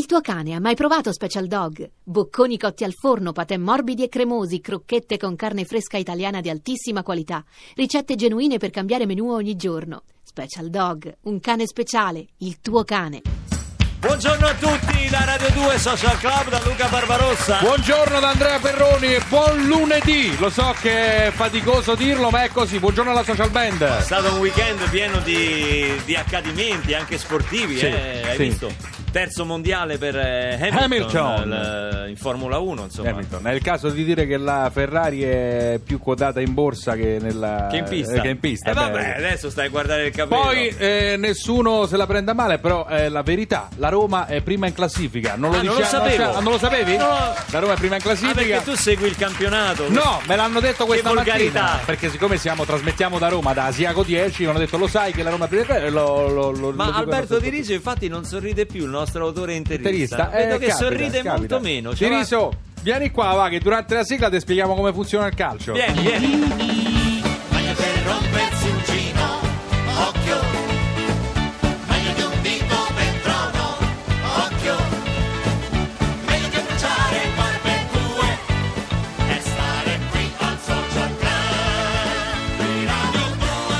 tuo cane ha mai provato Special Dog? Bocconi cotti al forno, patè morbidi e cremosi, crocchette con carne fresca italiana di altissima qualità, ricette genuine per cambiare menù ogni giorno. Special Dog, un cane speciale, il tuo cane. Buongiorno a tutti da Radio 2 Social Club, da Luca Barbarossa. Buongiorno da Andrea Perroni e buon lunedì. Lo so che è faticoso dirlo, ma è così. Buongiorno alla Social Band. È stato un weekend pieno di accadimenti, anche sportivi. Sì, Hai visto? Terzo mondiale per Hamilton. In Formula 1, insomma. Hamilton. È il caso di dire che la Ferrari è più quotata in borsa che in pista. Vabbè, adesso stai a guardare il capello. Poi nessuno se la prenda male, però è la verità. La Roma è prima in classifica. Non lo sapevo. Non lo sapevi? No. La Roma è prima in classifica. Perché tu segui il campionato? No, me l'hanno detto questa mattina. Perché siccome trasmettiamo da Roma, da Asiago 10, mi hanno detto: lo sai che la Roma è prima in classifica? Ma Alberto Di Riso infatti non sorride più, il nostro autore interista. Vedo che sorride molto meno. Di Riso, vieni qua, va, che durante la sigla ti spieghiamo come funziona il calcio. Vieni. Meglio per rompersi un gino, occhio. Meglio di un dito per trono, occhio. Meglio che bruciare poi per due e stare qui al Social Club di Radio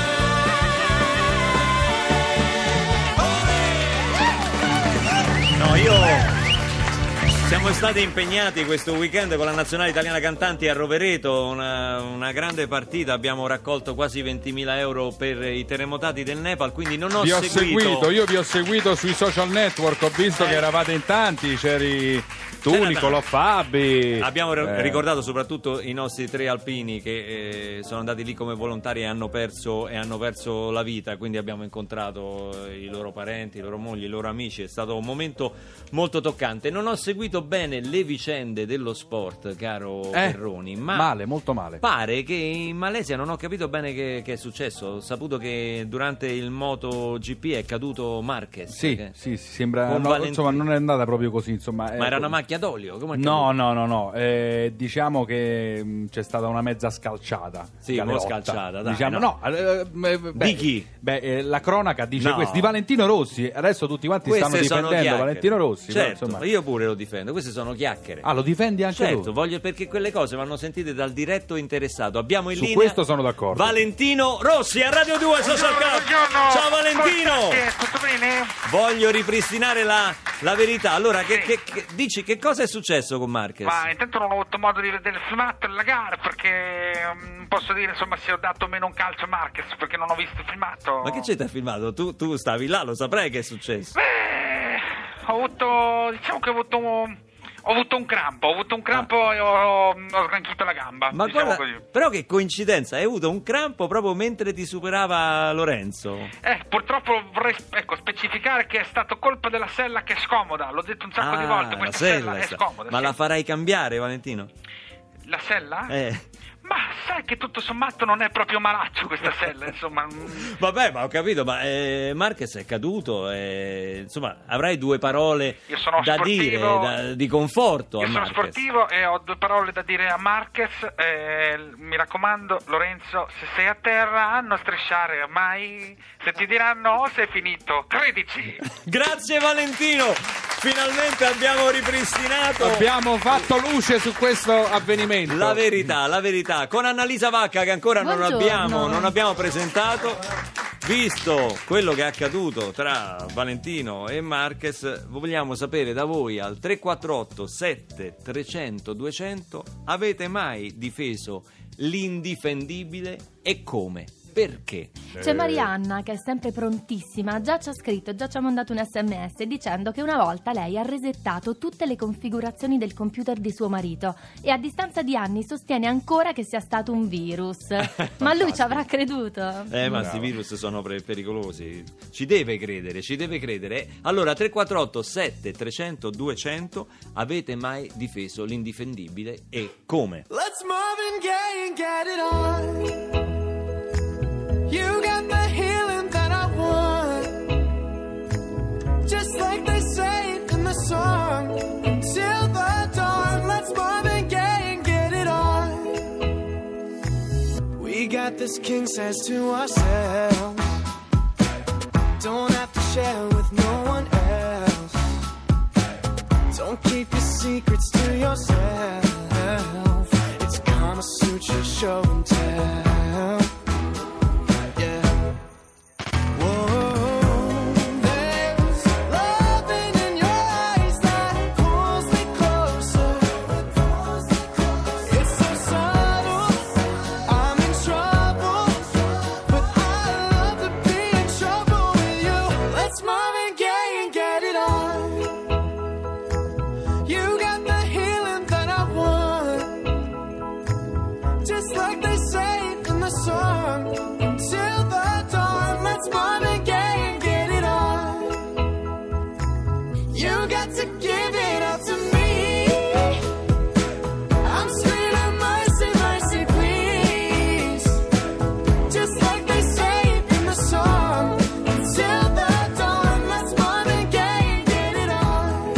2. Siamo stati impegnati questo weekend con la nazionale italiana cantanti a Rovereto, una grande partita, abbiamo raccolto quasi 20.000 euro per i terremotati del Nepal, quindi non ho seguito. Io vi ho seguito sui social network, ho visto che eravate in tanti, c'eri tu, Nicolò Fabi. Abbiamo ricordato soprattutto i nostri 3 alpini che sono andati lì come volontari e hanno perso la vita, quindi abbiamo incontrato i loro parenti, i loro mogli, i loro amici, è stato un momento molto toccante. Non ho seguito bene le vicende dello sport, caro Perroni, ma male, molto male. Pare che in Malesia, non ho capito bene che è successo. Ho saputo che durante il MotoGP è caduto Marquez. Sì, sembra insomma non è andata proprio così, insomma. Ma era una macchia d'olio? No. Diciamo che c'è stata una mezza scalciata. Sì, una scalciata, dai. Diciamo, di chi? La cronaca dice questo di Valentino Rossi. Adesso tutti quanti stanno difendendo Valentino Rossi. Certo, però, io pure lo difendo. Queste sono chiacchiere. Lo difendi anche tu? Certo, voglio, perché quelle cose vanno sentite dal diretto interessato. Abbiamo in linea. Su questo sono d'accordo. Valentino Rossi a Radio 2 Social Club. Ciao Valentino. Tutto bene? Voglio ripristinare la verità. Allora, dici che cosa è successo con Marquez? Ma intanto non ho avuto modo di vedere il filmato della gara, perché non posso dire insomma se ho dato meno un calcio a Marquez, perché non ho visto il filmato. Ma che c'è da filmato? Tu stavi là, lo saprai che è successo. Ho avuto un crampo e ho sgranchito la gamba. Ma diciamo così. Però che coincidenza, hai avuto un crampo proprio mentre ti superava Lorenzo. Purtroppo vorrei specificare che è stato colpa della sella che è scomoda. L'ho detto un sacco di volte, questa sella è scomoda. Ma la farai cambiare, Valentino? La sella? Ma sai che tutto sommato non è proprio malaccio questa sella, insomma. Vabbè, ma ho capito, ma Marquez è caduto, insomma, avrai 2 parole da dire, di conforto a Marquez. Io sono sportivo e ho 2 parole da dire a Marquez. Mi raccomando, Lorenzo, se sei a terra non strisciare mai. Se ti diranno sei finito, credici. Grazie Valentino, finalmente abbiamo ripristinato, abbiamo fatto luce su questo avvenimento. La verità. Con Annalisa Vacca, che ancora non abbiamo presentato. Visto quello che è accaduto tra Valentino e Marquez, vogliamo sapere da voi al 348 7300 200: avete mai difeso l'indifendibile e come? Perché? C'è Marianna che è sempre prontissima, già ci ha scritto, già ci ha mandato un SMS dicendo che una volta lei ha resettato tutte le configurazioni del computer di suo marito e a distanza di anni sostiene ancora che sia stato un virus. Ma lui ci avrà creduto? Ma questi virus sono pericolosi. Ci deve credere. Allora 348 7300 200: avete mai difeso l'indifendibile e come? Let's Marvin Gaye and get it on. You got the healing that I want, just like they say in the song. Until the dawn, let's Marvin Gaye and get it on. We got this king size to ourselves, don't have to share with no one else. Don't keep your secrets to yourself. It's Kama Sutra show and tell. Yeah. Whoa, there's loving in your eyes that pulls me closer. It's so subtle, I'm in trouble, but I love to be in trouble with you. Let's Marvin Gaye and get it on. You got the healing that I want, just like they say in the song. Until the dawn, let's Marvin Gaye and get it on. You got to give it up to me. I'm screaming mercy, mercy, please. Just like they say in the song. Until the dawn, let's Marvin Gaye and get it on.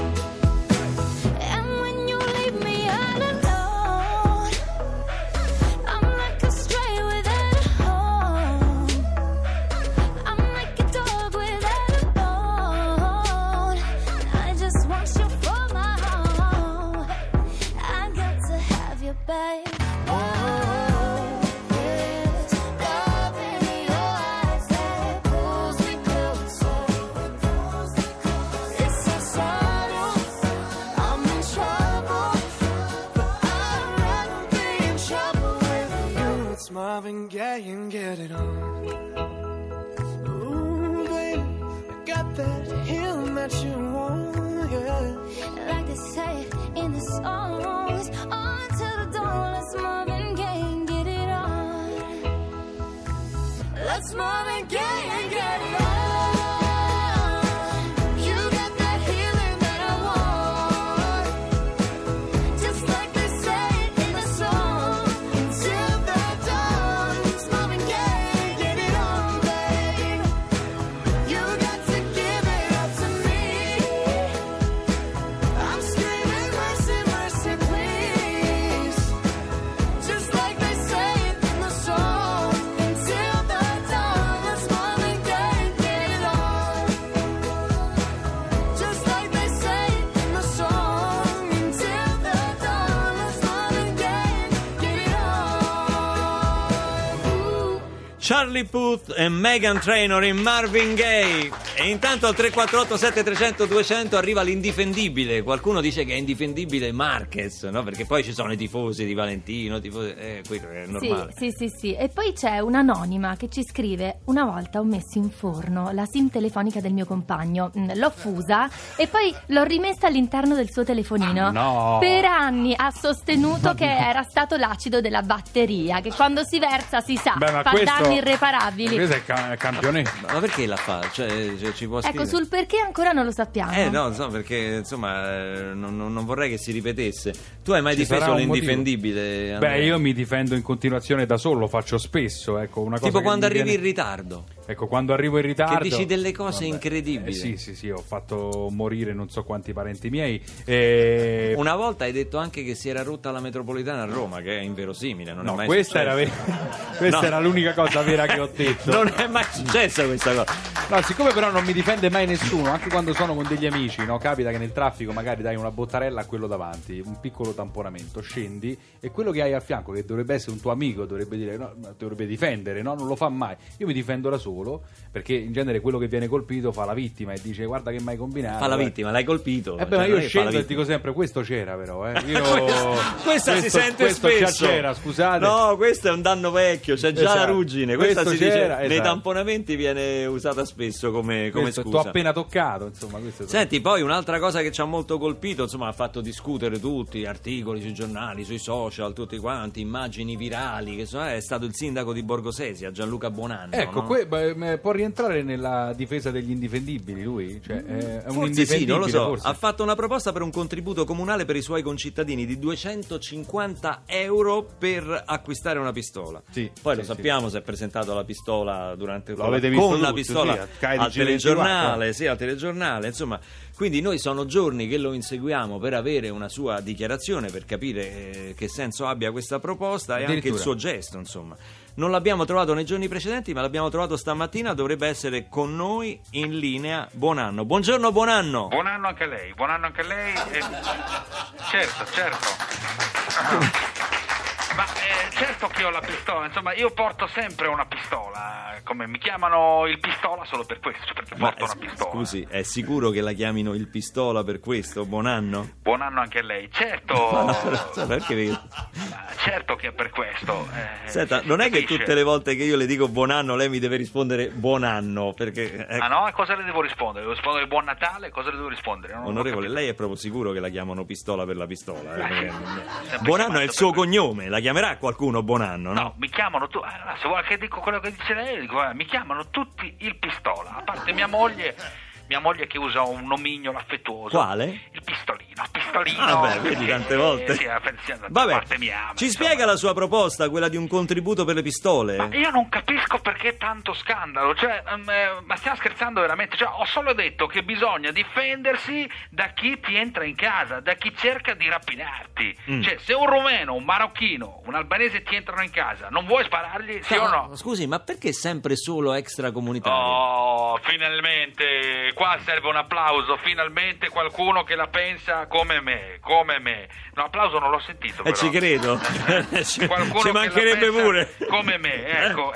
And when you leave me all alone, I'm like a stray without a home. I'm like a dog without a bone. I just want you for my home. I got to have you, babe. Oh, there's love in your eyes that pulls me closer. It's so subtle, I'm in trouble, but I'd rather be in trouble with you. It's Marvin Gaye and get it on. Ooh, baby, I got that healing that you want, yeah. Like they say in the songs, until the dawn, let's Marvin Gaye and get it on. Let's Marvin Gaye and get it on. You got that healing that I want, just like they say in the song. Until the dawn, it's Marvin Gaye and get it on, babe. You got to give it up to me. I'm screaming mercy, mercy, please. Just like they say in the song. Until the dawn, let's Marvin Gaye and get it on. Just like they say in the song. Until the dawn, let's Marvin Gaye and get it on. Charlie Puth e Meghan Trainor in Marvin Gaye. E intanto al 348 7300 200 arriva l'indifendibile. Qualcuno dice che è indifendibile Marquez, no? Perché poi ci sono i tifosi di Valentino, quello è normale. Sì. E poi c'è un'anonima che ci scrive: una volta ho messo in forno la SIM telefonica del mio compagno, l'ho fusa e poi l'ho rimessa all'interno del suo telefonino. No. Per anni ha sostenuto che era stato l'acido della batteria, che quando si versa si sa, Beh, ma fa questo- danni irreparabili. Questo è campionetto. Ma perché la fa? Cioè, ci può scrivere? Ecco, sul perché ancora non lo sappiamo. No, non so, perché insomma non vorrei che si ripetesse. Tu hai mai Ci sarà difeso un l'indifendibile? Andrea? Beh, io mi difendo in continuazione da solo, lo faccio spesso, ecco, una cosa Tipo che quando mi arrivi viene- in ritardo. Ecco, quando arrivo in ritardo... Che dici delle cose incredibili. Sì, ho fatto morire non so quanti parenti miei. Una volta hai detto anche che si era rotta la metropolitana a Roma, che è inverosimile, non No, è mai questa era, successo. questa No. era l'unica cosa vera che ho detto. Non è mai successa questa cosa. No, siccome però non mi difende mai nessuno, anche quando sono con degli amici, no? Capita che nel traffico magari dai una bottarella a quello davanti, un piccolo tamponamento, scendi e quello che hai a fianco, che dovrebbe essere un tuo amico, dovrebbe dire, no, dovrebbe difendere, no? Non lo fa mai. Io mi difendo da solo, perché in genere quello che viene colpito fa la vittima e dice guarda che mai combinato. Fa la vittima, l'hai colpito. Beh, ma Cioè, io non è che fa la scendo e vittima. dico sempre questo c'era però, Questa si sente questo spesso. già c'era, scusate. No, questo è un danno vecchio, c'è già Esatto. la ruggine. Questa Questo si dice c'era, nei esatto. tamponamenti viene usata spesso come Questo scusa. t'ho appena toccato, insomma, questo è Senti, poi un'altra cosa che ci ha molto colpito, insomma, ha fatto discutere tutti, articoli sui giornali, sui social, tutti quanti, immagini virali, che è stato il sindaco di Borgosesia, Gianluca Buonanno. Ecco, no? può rientrare nella difesa degli indifendibili lui? Cioè, è un Forse indifendibile, sì, non lo so. forse. Ha fatto una proposta per un contributo comunale per i suoi concittadini di 250 euro per acquistare una pistola. Sì, Poi sì, lo sappiamo, si è presentato la pistola durante Lo avete visto con la tutti, pistola sì, a Sky al di telegiornale, sì, al telegiornale, insomma, Quindi noi sono giorni che lo inseguiamo per avere una sua dichiarazione, per capire che senso abbia questa proposta e anche il suo gesto, insomma. Non l'abbiamo trovato nei giorni precedenti, ma l'abbiamo trovato stamattina. Dovrebbe essere con noi in linea Buonanno. Buongiorno, buon anno. Buon anno anche a lei, buon anno anche a lei. Certo. Ma certo che ho la pistola, insomma, io porto sempre una pistola, come mi chiamano il pistola solo per questo, cioè perché porto una pistola. Scusi, è sicuro che la chiamino il pistola per questo? Buon anno? Buon anno anche a lei, certo. Perché? Certo che è per questo. Senta, si non è che capisce. tutte le volte che io le dico buon anno lei mi deve rispondere buon anno, perché... Ah no? E cosa le devo rispondere? Devo rispondere buon Natale? Cosa le devo rispondere? Non ho Onorevole, capito. lei è proprio sicuro che la chiamano pistola per la pistola? Sempre Buon anno chiamato è il suo per questo. cognome, la chiamerà qualcuno buon anno, no? No, mi chiamano tu. Allora, se vuoi che dico quello che dice lei, dico, mi chiamano tutti il pistola, a parte mia moglie che usa un nomignolo affettuoso. Quale? Il pistolino. Ah, beh, vedi tante volte. Sì, da Vabbè, parte mia. ci insomma. spiega la sua proposta, quella di un contributo per le pistole? Ma io non capisco perché tanto scandalo, cioè, ma stiamo scherzando veramente? Cioè, ho solo detto che bisogna difendersi da chi ti entra in casa, da chi cerca di rapinarti. Cioè, se un rumeno, un marocchino, un albanese ti entrano in casa, non vuoi sparargli, sì o no? Scusi, ma perché sempre solo extracomunitari? Oh, finalmente, qua serve un applauso, finalmente qualcuno che la pensa come me. No, applauso non l'ho sentito però. Ci credo. Qualcuno Ci che mancherebbe la pensa pure. come me, ecco.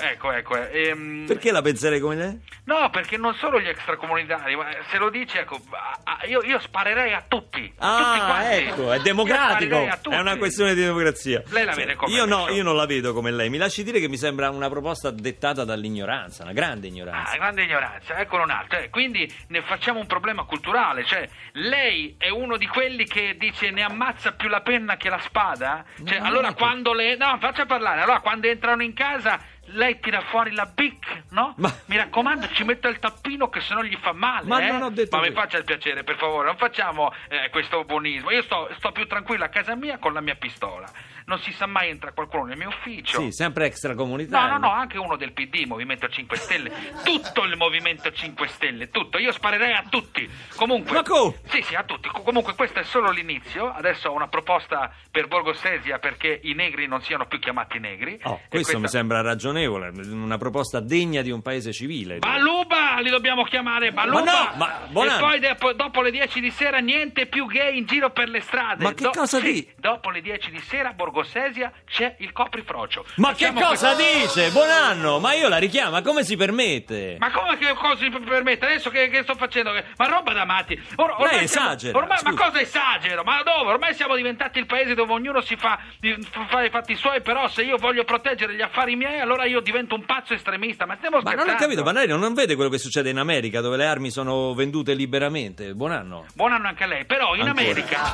Perché la penserei come lei? No, perché non solo gli extracomunitari, ma se lo dici, ecco, io sparerei a tutti. Tutti quanti. Ecco, è Io democratico. sparerei a tutti. È una questione di democrazia. Lei la vede come Io me, no, insomma. io non la vedo come lei. Mi lasci dire che mi sembra una proposta dettata dall'ignoranza, una grande Ah, ignoranza. grande ignoranza, eccolo un altro. Quindi ne facciamo un problema culturale, cioè lei è uno di quelli che dice ne ammazza più la penna che la spada? Cioè, allora quando le... No, faccia parlare, allora quando entrano in casa lei tira fuori la Bic, no? Ma- Mi raccomando, ci metta il tappino che sennò gli fa male, Ma non ho detto Ma mi che- faccia il piacere, per favore, non facciamo questo buonismo. Io sto più tranquilla a casa mia con la mia pistola. Non si sa mai, entra qualcuno nel mio ufficio. Sì, sempre extracomunitario. No, anche uno del PD, Movimento 5 Stelle. Tutto il Movimento 5 Stelle, tutto. Io sparerei a tutti. Comunque... Ma come? Sì, a tutti. Comunque questo è solo l'inizio. Adesso ho una proposta per Borgo Sesia perché i negri non siano più chiamati negri. Oh, E questo mi sembra ragionevole, una proposta degna di un paese civile. Baluba li dobbiamo chiamare Baluba. Ma no, ma e Bonanno. poi dopo le 10 di sera niente più gay in giro per le strade. Ma che cosa sì, dici? Dopo le 10 di sera a Borgo Sesia c'è il coprifrocio. Ma che Facciamo cosa questo- dice? Buon anno, ma io la richiamo, ma come si permette? Ma come che cosa si permette? Adesso che sto facendo? Ma roba da matti. Ormai Lei esagera, ma scusi. cosa esagero? Ma dove? Ormai siamo diventati il paese dove ognuno si fa i fatti suoi, però se io voglio proteggere gli affari miei, allora io divento un pazzo estremista. Ma stiamo Ma scherzando? non ho capito, ma lei non vede quello che succede in America, dove le armi sono vendute liberamente? Buon anno. Buon anno anche a lei, però in Ancora.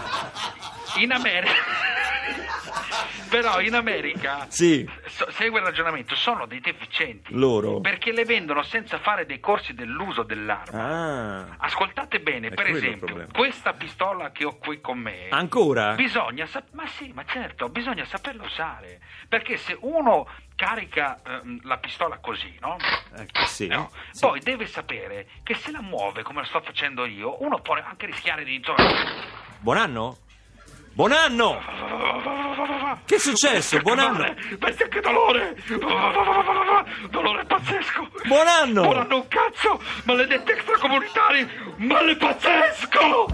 Però in America Sì. segue il ragionamento, sono dei deficienti Loro? perché le vendono senza fare dei corsi dell'uso dell'arma. Ah. Ascoltate bene, È per quello il esempio, problema. questa pistola che ho qui con me Ancora? bisogna bisogna saperla usare, perché se uno carica la pistola così, no? Sì. No. Sì. Poi deve sapere che se la muove come lo sto facendo io, uno può anche rischiare di insomma, Buon anno? Buon anno! Che è successo? Buon anno! Bestia, che dolore! Dolore pazzesco! Buon anno! Buon anno un cazzo! Maledetti extracomunitari! Male pazzesco!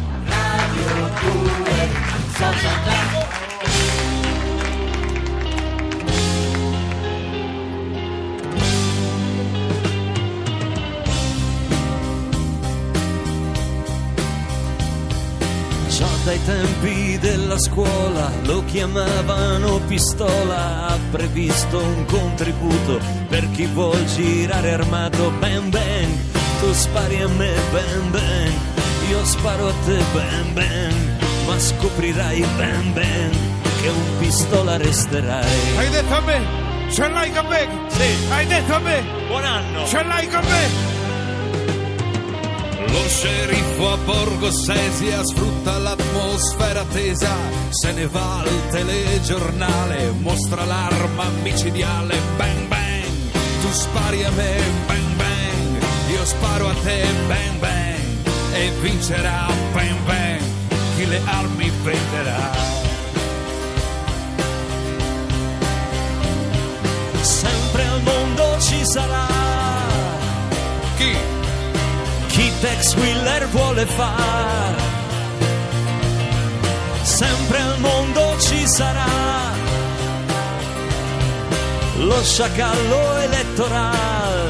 Già dai tempi della scuola lo chiamavano pistola, ha previsto un contributo per chi vuol girare armato. Bang bang, tu spari a me, bang bang, io sparo a te, bang bang, ma scoprirai, bang bang, che un pistola resterai. Hai detto a me? Ce l'hai con me? Sì. Hai detto a me? Buon anno! Ce l'hai con me? Lo sceriffo a Borgo Sesia sfrutta l'atmosfera tesa, se ne va al telegiornale, mostra l'arma micidiale, bang bang, tu spari a me, bang bang, io sparo a te, bang bang, e vincerà, ben ben, chi le armi venderà. Sempre al mondo ci sarà chi Tex Willer vuole far. Sempre al mondo ci sarà lo sciacallo elettorale.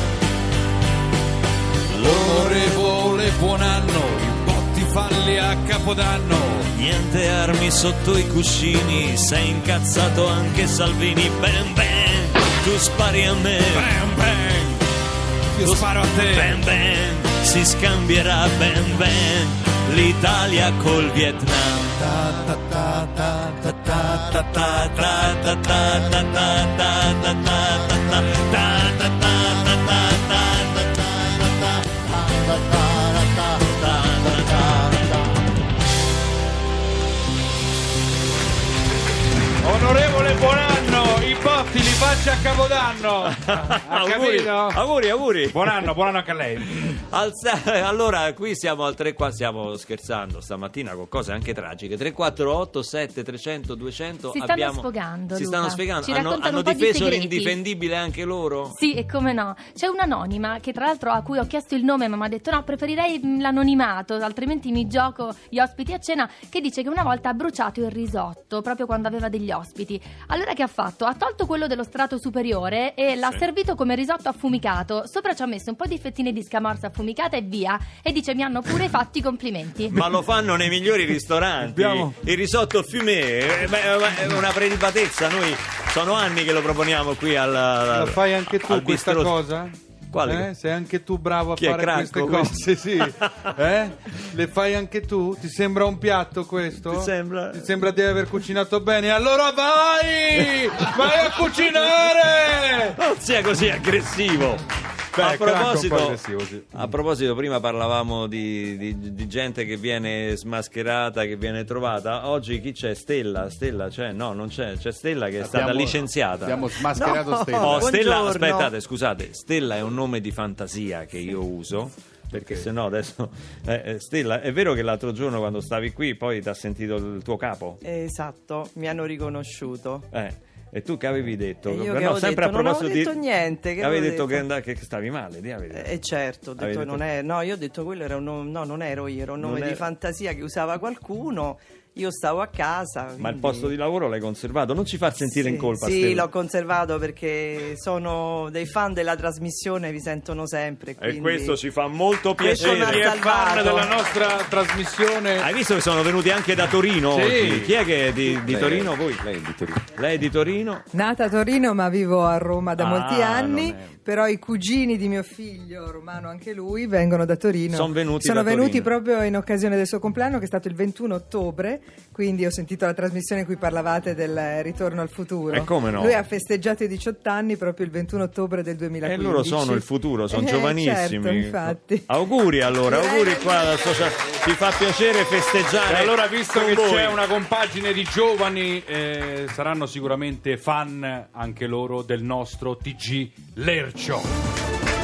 L'onorevole Buonanno, i botti falli a Capodanno. Niente armi sotto i cuscini, sei incazzato anche Salvini. Ben ben, tu spari a me. Ben ben, io sparo a te. Ben ben, si scambierà ben ben l'Italia col Vietnam. Onorevole Buonanno, i botti li faccia a Capodanno. Ha capito? Auguri. Buon anno anche a lei. Allora, qui siamo al 3 qua, stiamo scherzando stamattina con cose anche tragiche. 348 7300 200. Si stanno sfogando, Si Luca. stanno sfogando. Ci Hanno raccontano un po' di difeso segreti. l'indifendibile anche loro? Sì, e come no. C'è un'anonima che tra l'altro a cui ho chiesto il nome ma mi ha detto no, preferirei l'anonimato, altrimenti mi gioco gli ospiti a cena, che dice che una volta ha bruciato il risotto proprio quando aveva degli ospiti. Allora che ha fatto? Ha tolto quello dello strato superiore e l'ha servito come risotto affumicato. Sopra ci ha messo un po' di fettine di scamorza affumicata e via. E dice mi hanno pure fatto i complimenti. Ma lo fanno nei migliori ristoranti. Abbiamo- Il risotto fumé è una prelibatezza. Noi sono anni che lo proponiamo qui Lo fai anche tu al questa bistrò. cosa? Quale? Sei anche tu bravo a Chi è fare Cracco, queste cose? Sì. Le fai anche tu? Ti sembra un piatto questo? Ti sembra? Ti sembra di aver cucinato bene? Allora vai! Vai a cucinare! Non sia così aggressivo. Beh, a Cracco è un po' proposito, aggressivo, sì. a proposito, prima parlavamo di gente che viene smascherata, che viene trovata. Oggi chi c'è? Stella c'è? No, non c'è. C'è Stella che è stata licenziata. Abbiamo smascherato Stella. Oh, Stella, Buongiorno. aspettate, scusate. Stella è un nome di fantasia che io uso. Perché se no adesso Stella, è vero che l'altro giorno quando stavi qui poi ti ha sentito il tuo capo? Esatto, mi hanno riconosciuto. E tu che avevi detto? E io No, che avevo sempre detto? a Non avevo proposito detto niente, che avevi avevo detto detto? che stavi male, Certo, ho detto, Avevi non è, no, io ho detto quello era un nome, no, non ero io, era un nome Non di era- fantasia che usava qualcuno. Io stavo a casa. Ma il quindi- posto di lavoro l'hai conservato? Non ci far sentire Sì, in colpa, Sì, Stella. l'ho conservato perché sono dei fan della trasmissione, vi sentono sempre. E Quindi... questo ci fa molto Questo piacere. mi ha salvato. Fan della nostra trasmissione. Hai visto che sono venuti anche da Torino Sì. oggi? Chi è che è di Torino? Voi? Lei è di Torino. Lei è di Torino? Nata a Torino ma vivo a Roma da molti Ah, anni, non è- però i cugini di mio figlio, romano anche lui, vengono da Torino. Sono venuti Sono da venuti Torino. proprio in occasione del suo compleanno che è stato il 21 ottobre, quindi ho sentito la trasmissione in cui parlavate del ritorno al futuro. E come no? Lui ha festeggiato i 18 anni proprio il 21 ottobre del 2015. E loro sono il futuro, sono Certo, giovanissimi. infatti. Auguri allora, Direi auguri che- qua ti fa piacere festeggiare. E allora, visto con che voi. c'è una compagine di giovani, saranno sicuramente fan anche loro del nostro TG Lercio.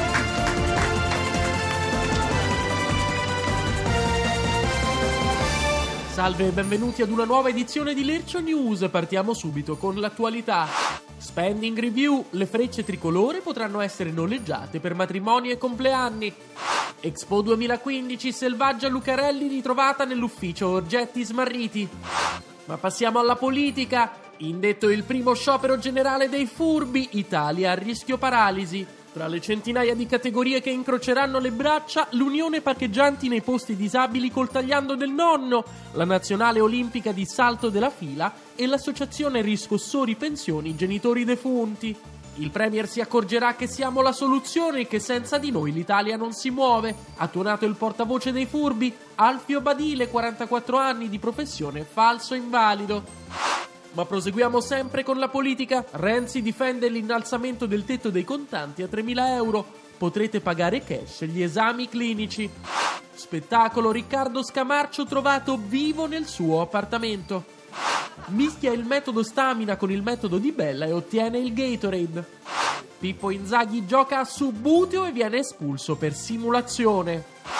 Salve e benvenuti ad una nuova edizione di Lercio News. Partiamo subito con l'attualità. Spending review: le frecce tricolore potranno essere noleggiate per matrimoni e compleanni. Expo 2015: Selvaggia Lucarelli ritrovata nell'ufficio oggetti smarriti. Ma passiamo alla politica. Indetto il primo sciopero generale dei furbi, Italia a rischio paralisi. Tra le centinaia di categorie che incroceranno le braccia, l'Unione Parcheggianti nei posti disabili col tagliando del nonno, la Nazionale Olimpica di Salto della Fila e l'Associazione Riscossori Pensioni Genitori Defunti. Il Premier si accorgerà che siamo la soluzione e che senza di noi l'Italia non si muove. Ha tuonato il portavoce dei furbi, Alfio Badile, 44 anni di professione, falso invalido. Ma proseguiamo sempre con la politica. Renzi difende l'innalzamento del tetto dei contanti a 3.000 euro. Potrete pagare cash gli esami clinici. Spettacolo: Riccardo Scamarcio trovato vivo nel suo appartamento. Mischia il metodo stamina con il metodo di Bella e ottiene il Gatorade. Pippo Inzaghi gioca a Subbuteo e viene espulso per simulazione.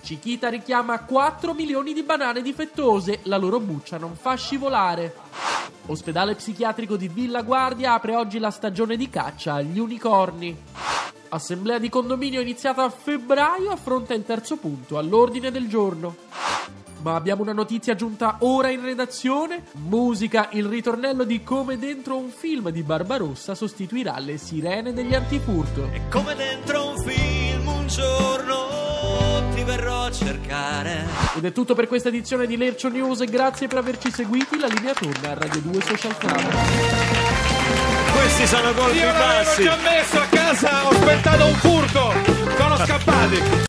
Chiquita richiama 4 milioni di banane difettose, la loro buccia non fa scivolare. Ospedale psichiatrico di Villa Guardia apre oggi la stagione di caccia agli unicorni. Assemblea di condominio iniziata a febbraio affronta il terzo punto all'ordine del giorno. Ma abbiamo una notizia giunta ora in redazione. Musica, il ritornello di Come dentro un film di Barbarossa sostituirà le sirene degli antifurto. È come dentro un film, un giorno ti verrò a cercare. Ed è tutto per questa edizione di Lercio News, grazie per averci seguiti, la linea torna a Radio 2 Social Club. Questi sono colpi Io l'avevo bassi. già messo a casa, ho aspettato un furto, sono scappati.